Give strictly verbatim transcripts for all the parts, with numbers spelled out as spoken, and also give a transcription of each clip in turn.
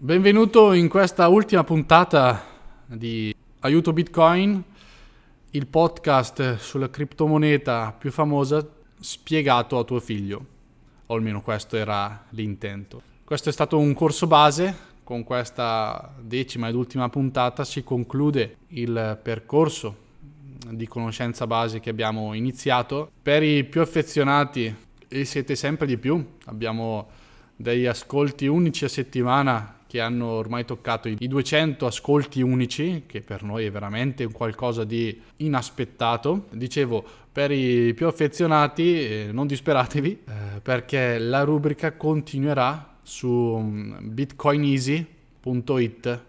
Benvenuto in questa ultima puntata di Aiuto Bitcoin, il podcast sulla criptomoneta più famosa spiegato a tuo figlio, o almeno questo era l'intento. Questo è stato un corso base, con questa decima ed ultima puntata si conclude il percorso di conoscenza base che abbiamo iniziato. Per i più affezionati, e siete sempre di più, abbiamo degli ascolti unici a settimana che hanno ormai toccato i duecento ascolti unici, che per noi è veramente qualcosa di inaspettato. Dicevo, per i più affezionati, eh, non disperatevi, eh, perché la rubrica continuerà su bitcoin easy punto it.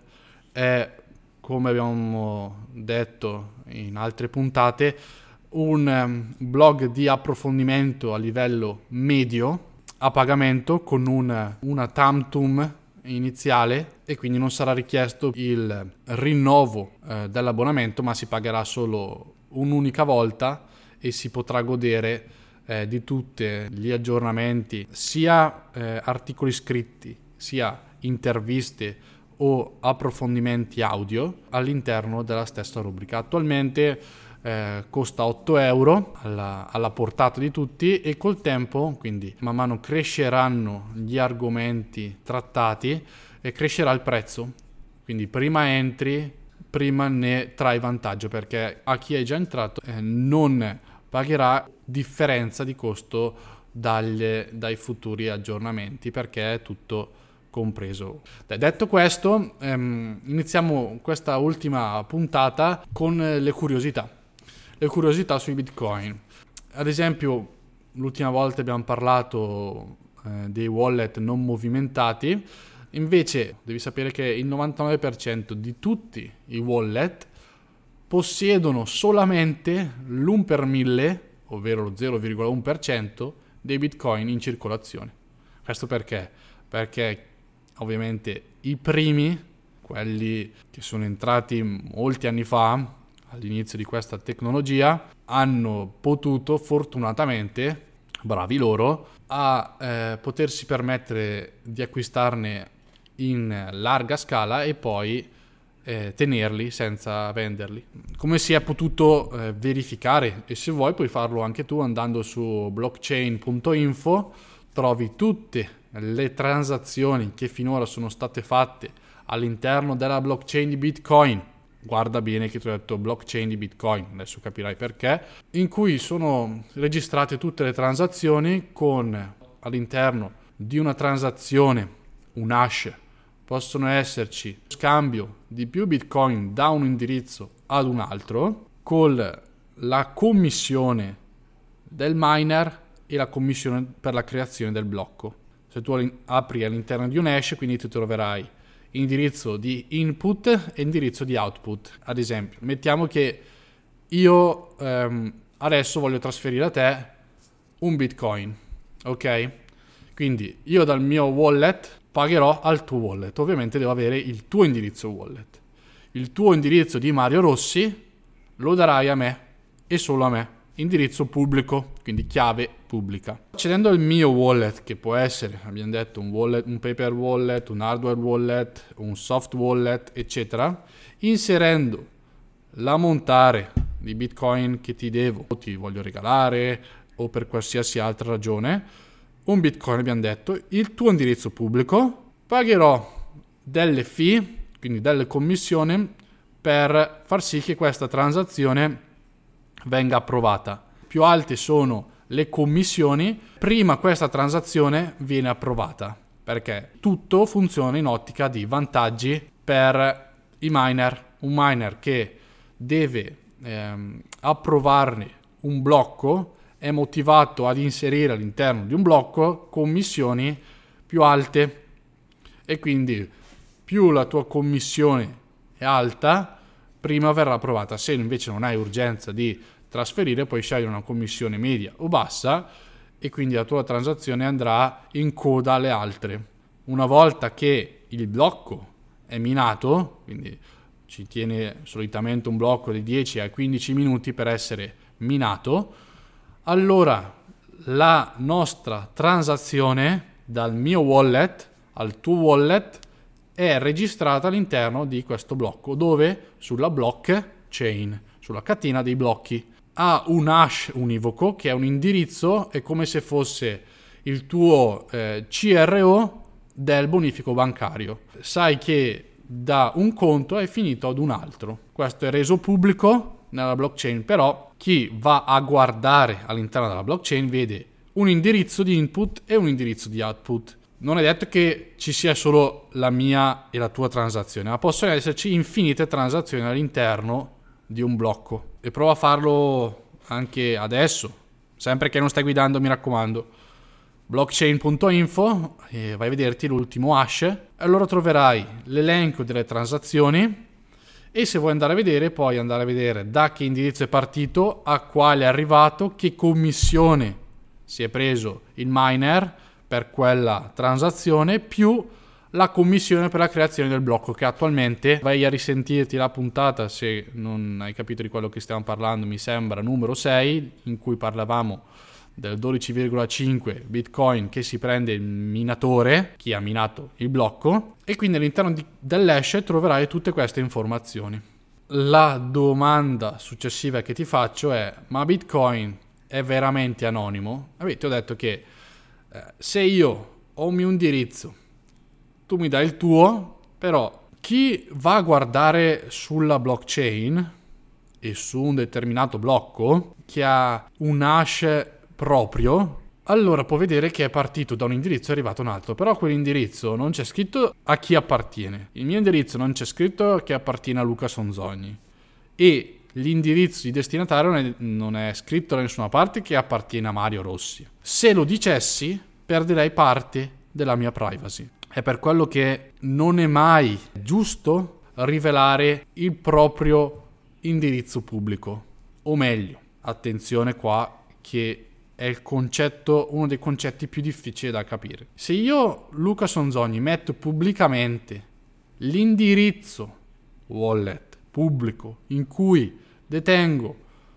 È, come abbiamo detto in altre puntate, un um, blog di approfondimento a livello medio, a pagamento, con un, una Tamtum iniziale, e quindi non sarà richiesto il rinnovo eh, dell'abbonamento, ma si pagherà solo un'unica volta e si potrà godere eh, di tutti gli aggiornamenti, sia eh, articoli scritti, sia interviste o approfondimenti audio all'interno della stessa rubrica. Attualmente Eh, costa otto euro alla, alla portata di tutti, e col tempo, quindi man mano cresceranno gli argomenti trattati e crescerà il prezzo, quindi prima entri prima ne trai vantaggio, perché a chi è già entrato eh, non pagherà differenza di costo dagli, dai futuri aggiornamenti, perché è tutto compreso. Detto questo, ehm, iniziamo questa ultima puntata con le curiosità. Le curiosità sui bitcoin. Ad esempio, l'ultima volta abbiamo parlato eh, dei wallet non movimentati. Invece devi sapere che il novantanove per cento di tutti i wallet possiedono solamente l'uno per mille, ovvero lo zero virgola uno per cento dei bitcoin in circolazione. Questo perché? Perché ovviamente i primi, quelli che sono entrati molti anni fa, all'inizio di questa tecnologia, hanno potuto fortunatamente, bravi loro, a eh, potersi permettere di acquistarne in larga scala e poi eh, tenerli senza venderli. Come si è potuto eh, verificare, e se vuoi puoi farlo anche tu andando su blockchain punto info, trovi tutte le transazioni che finora sono state fatte all'interno della blockchain di Bitcoin. Guarda bene che ti ho detto blockchain di Bitcoin, adesso capirai perché, in cui sono registrate tutte le transazioni, con all'interno di una transazione un hash. Possono esserci scambio di più Bitcoin da un indirizzo ad un altro, con la commissione del miner e la commissione per la creazione del blocco. Se tu apri all'interno di un hash, quindi ti troverai indirizzo di input e indirizzo di output. Ad esempio, mettiamo che io ehm, adesso voglio trasferire a te un bitcoin, ok? Quindi io dal mio wallet pagherò al tuo wallet. Ovviamente devo avere il tuo indirizzo wallet. Il tuo indirizzo di Mario Rossi lo darai a me e solo a me. Indirizzo pubblico, quindi chiave pubblica. Accedendo al mio wallet, che può essere, abbiamo detto, un wallet, un paper wallet, un hardware wallet, un soft wallet, eccetera, inserendo l'ammontare di bitcoin che ti devo, o ti voglio regalare, o per qualsiasi altra ragione, un bitcoin, abbiamo detto, il tuo indirizzo pubblico, pagherò delle fee, quindi delle commissioni, per far sì che questa transazione venga approvata. Più alte sono le commissioni, prima questa transazione viene approvata, perché tutto funziona in ottica di vantaggi per i miner. Un miner che deve ehm, approvarne un blocco è motivato ad inserire all'interno di un blocco commissioni più alte, e quindi più la tua commissione è alta, prima verrà approvata. Se invece non hai urgenza di trasferire, puoi scegliere una commissione media o bassa, e quindi la tua transazione andrà in coda alle altre. Una volta che il blocco è minato, quindi ci tiene solitamente un blocco di dieci a quindici minuti per essere minato, allora la nostra transazione dal mio wallet al tuo wallet è registrata all'interno di questo blocco, dove sulla blockchain, sulla catena dei blocchi, ha un hash univoco che è un indirizzo, è come se fosse il tuo eh, C R O del bonifico bancario. Sai che da un conto è finito ad un altro. Questo è reso pubblico nella blockchain, però chi va a guardare all'interno della blockchain vede un indirizzo di input e un indirizzo di output. Non è detto che ci sia solo la mia e la tua transazione, ma possono esserci infinite transazioni all'interno di un blocco. E prova a farlo anche adesso, sempre che non stai guidando, mi raccomando. blockchain punto info e vai a vederti l'ultimo hash e allora troverai l'elenco delle transazioni, e se vuoi andare a vedere puoi andare a vedere da che indirizzo è partito, a quale è arrivato, che commissione si è preso il miner per quella transazione, più la commissione per la creazione del blocco, che attualmente, vai a risentirti la puntata se non hai capito di quello che stiamo parlando, mi sembra numero sei, in cui parlavamo del dodici virgola cinque bitcoin che si prende il minatore, chi ha minato il blocco, e quindi all'interno di, dell'hash troverai tutte queste informazioni. La domanda successiva che ti faccio è: ma Bitcoin è veramente anonimo? Vabbè, ti ho detto che eh, se io ho un mio indirizzo, tu mi dai il tuo, però chi va a guardare sulla blockchain e su un determinato blocco che ha un hash proprio, allora può vedere che è partito da un indirizzo e è arrivato a un altro, però quell'indirizzo non c'è scritto a chi appartiene. Il mio indirizzo non c'è scritto che appartiene a Luca Sonzogni, e l'indirizzo di destinatario non è, non è scritto da nessuna parte che appartiene a Mario Rossi. Se lo dicessi, perderei parte della mia privacy. È per quello che non è mai giusto rivelare il proprio indirizzo pubblico, o meglio, attenzione qua che è il concetto, uno dei concetti più difficili da capire. Se io, Luca Sonzogni, metto pubblicamente l'indirizzo wallet pubblico in cui detengo,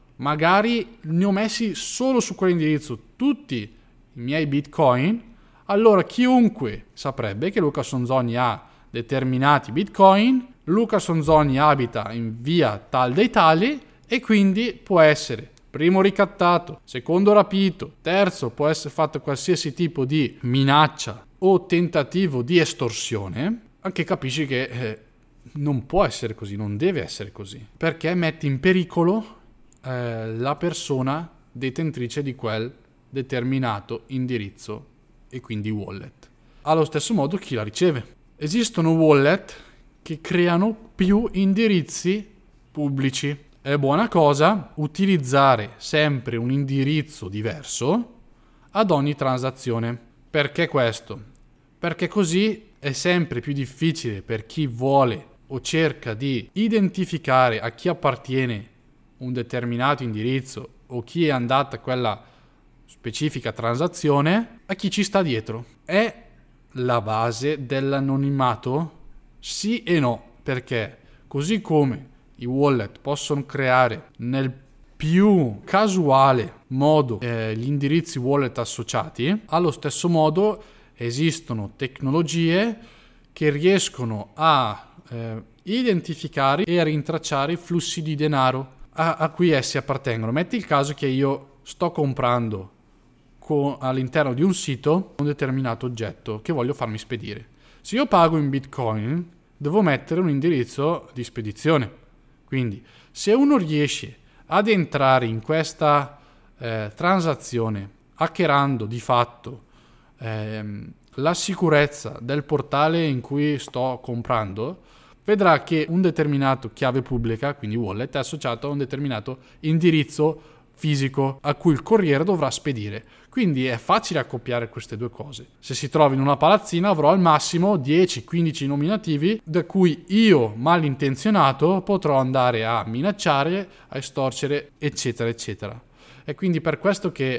magari ne ho messi solo su quell'indirizzo tutti i miei bitcoin, allora chiunque saprebbe che Luca Sonzogni ha determinati bitcoin, Luca Sonzogni abita in via tal dei tali, e quindi può essere primo ricattato, secondo rapito, terzo può essere fatto qualsiasi tipo di minaccia o tentativo di estorsione. Anche capisci che eh, non può essere così, non deve essere così, perché metti in pericolo eh, la persona detentrice di quel determinato indirizzo e quindi wallet. Allo stesso modo chi la riceve. Esistono wallet che creano più indirizzi pubblici. È buona cosa utilizzare sempre un indirizzo diverso ad ogni transazione. Perché questo? Perché così è sempre più difficile per chi vuole o cerca di identificare a chi appartiene un determinato indirizzo o chi è andata a quella specifica transazione, a chi ci sta dietro. È la base dell'anonimato? Sì e no, perché così come i wallet possono creare nel più casuale modo eh, gli indirizzi wallet associati, allo stesso modo esistono tecnologie che riescono a eh, identificare e a rintracciare i flussi di denaro a, a cui essi appartengono. Metti il caso che io sto comprando con, all'interno di un sito un determinato oggetto che voglio farmi spedire. Se io pago in bitcoin, devo mettere un indirizzo di spedizione. Quindi se uno riesce ad entrare in questa eh, transazione hackerando di fatto ehm, la sicurezza del portale in cui sto comprando, vedrà che un determinato chiave pubblica, quindi wallet, è associato a un determinato indirizzo fisico a cui il corriere dovrà spedire. Quindi è facile accoppiare queste due cose. Se si trova in una palazzina avrò al massimo dieci quindici nominativi da cui io, malintenzionato, potrò andare a minacciare, a estorcere, eccetera, eccetera. E quindi per questo che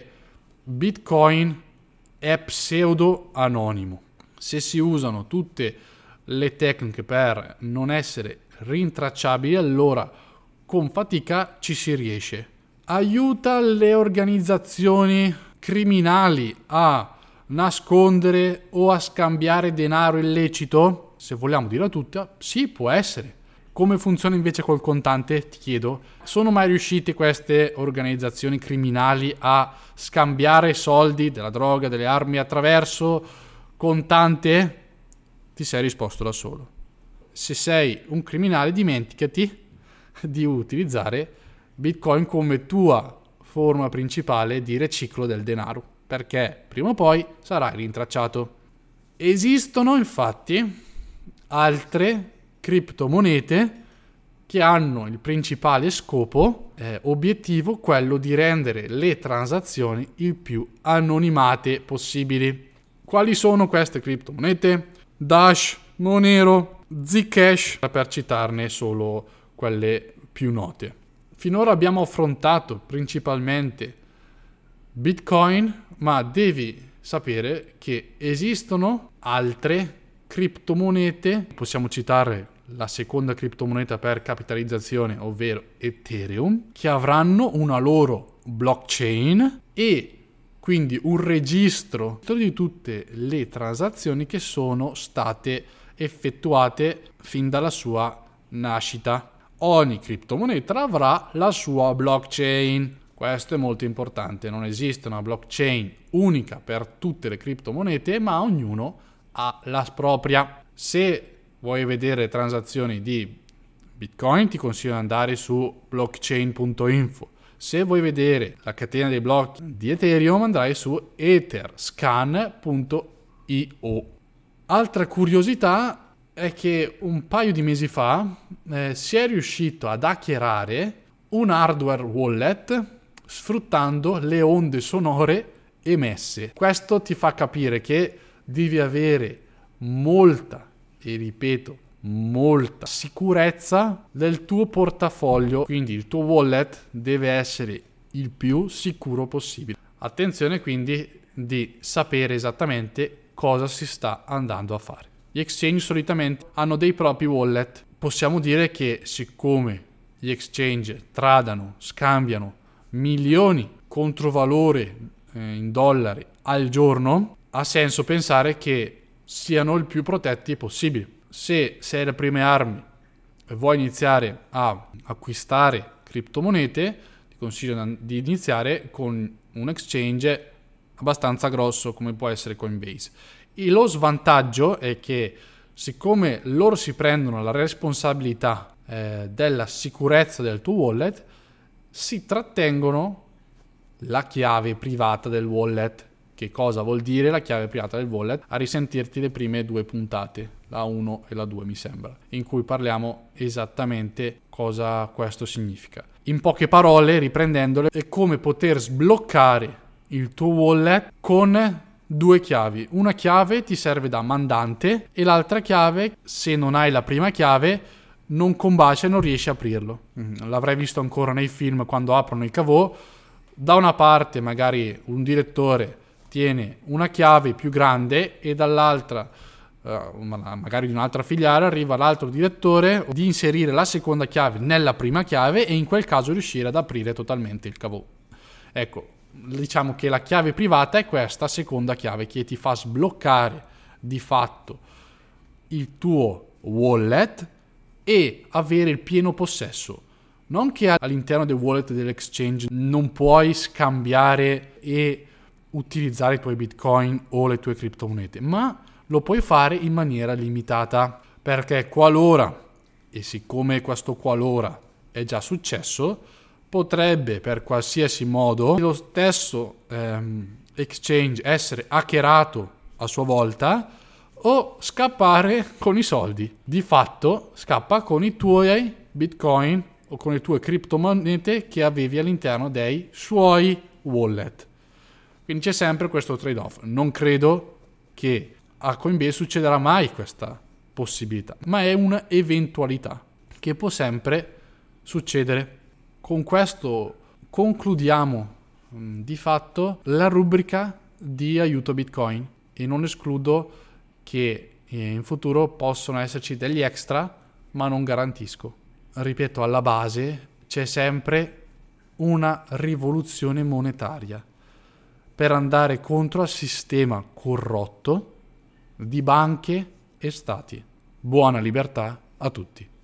Bitcoin è pseudo anonimo. Se si usano tutte le tecniche per non essere rintracciabili, allora con fatica ci si riesce. Aiuta le organizzazioni criminali a nascondere o a scambiare denaro illecito? se vogliamo dirla tutta, sì, può essere. Come funziona invece col contante, ti chiedo? Sono mai riuscite queste organizzazioni criminali a scambiare soldi della droga, delle armi attraverso contante? Ti sei risposto da solo. Se sei un criminale, dimenticati di utilizzare Bitcoin come tua forma principale di riciclo del denaro, perché prima o poi sarai rintracciato. Esistono infatti altre criptomonete che hanno il principale scopo, eh, obiettivo, quello di rendere le transazioni il più anonimate possibili. Quali sono queste criptomonete? Dash, Monero, Zcash, per citarne solo quelle più note. Finora abbiamo affrontato principalmente Bitcoin, ma devi sapere che esistono altre criptomonete. Possiamo citare la seconda criptomoneta per capitalizzazione, ovvero Ethereum, che avranno una loro blockchain e quindi un registro di tutte le transazioni che sono state effettuate fin dalla sua nascita. Ogni criptomoneta avrà la sua blockchain. Questo è molto importante, non esiste una blockchain unica per tutte le criptomonete, ma ognuno ha la propria. Se vuoi vedere transazioni di Bitcoin, ti consiglio di andare su blockchain punto info. Se vuoi vedere la catena dei block di Ethereum, andrai su etherscan punto io. Altra curiosità è che un paio di mesi fa eh, si è riuscito ad hackerare un hardware wallet sfruttando le onde sonore emesse. Questo ti fa capire che devi avere molta, e ripeto, molta sicurezza del tuo portafoglio, quindi il tuo wallet deve essere il più sicuro possibile. Attenzione quindi di sapere esattamente cosa si sta andando a fare. Gli exchange solitamente hanno dei propri wallet. Possiamo dire che siccome gli exchange tradano, scambiano milioni contro valore eh, in dollari al giorno, ha senso pensare che siano il più protetti possibile. Se sei alle prime armi e vuoi iniziare a acquistare criptomonete, ti consiglio di iniziare con un exchange abbastanza grosso come può essere Coinbase. E lo svantaggio è che siccome loro si prendono la responsabilità eh, della sicurezza del tuo wallet, si trattengono la chiave privata del wallet. Che cosa vuol dire la chiave privata del wallet? A risentirti le prime due puntate, la uno e la due mi sembra, in cui parliamo esattamente cosa questo significa. In poche parole, riprendendole, è come poter sbloccare il tuo wallet con due chiavi. Una chiave ti serve da mandante e l'altra chiave, se non hai la prima chiave, non combacia e non riesci a aprirlo. L'avrai visto ancora nei film quando aprono il cavò. Da una parte magari un direttore tiene una chiave più grande e dall'altra, uh, magari di un'altra filiale, arriva l'altro direttore di inserire la seconda chiave nella prima chiave e in quel caso riuscire ad aprire totalmente il cavò. Ecco, diciamo che la chiave privata è questa seconda chiave che ti fa sbloccare di fatto il tuo wallet e avere il pieno possesso. Non che all'interno del wallet dell'exchange non puoi scambiare e utilizzare i tuoi bitcoin o le tue criptomonete, ma lo puoi fare in maniera limitata, perché qualora, e siccome questo qualora è già successo, potrebbe per qualsiasi modo lo stesso ehm, exchange essere hackerato a sua volta o scappare con i soldi. Di fatto scappa con i tuoi bitcoin o con le tue criptomonete che avevi all'interno dei suoi wallet. Quindi c'è sempre questo trade-off. Non credo che a Coinbase succederà mai questa possibilità, ma è una eventualità che può sempre succedere. Con questo concludiamo mh, di fatto la rubrica di aiuto Bitcoin e non escludo che in futuro possono esserci degli extra, ma non garantisco. Ripeto, alla base c'è sempre una rivoluzione monetaria per andare contro al sistema corrotto di banche e stati. Buona libertà a tutti.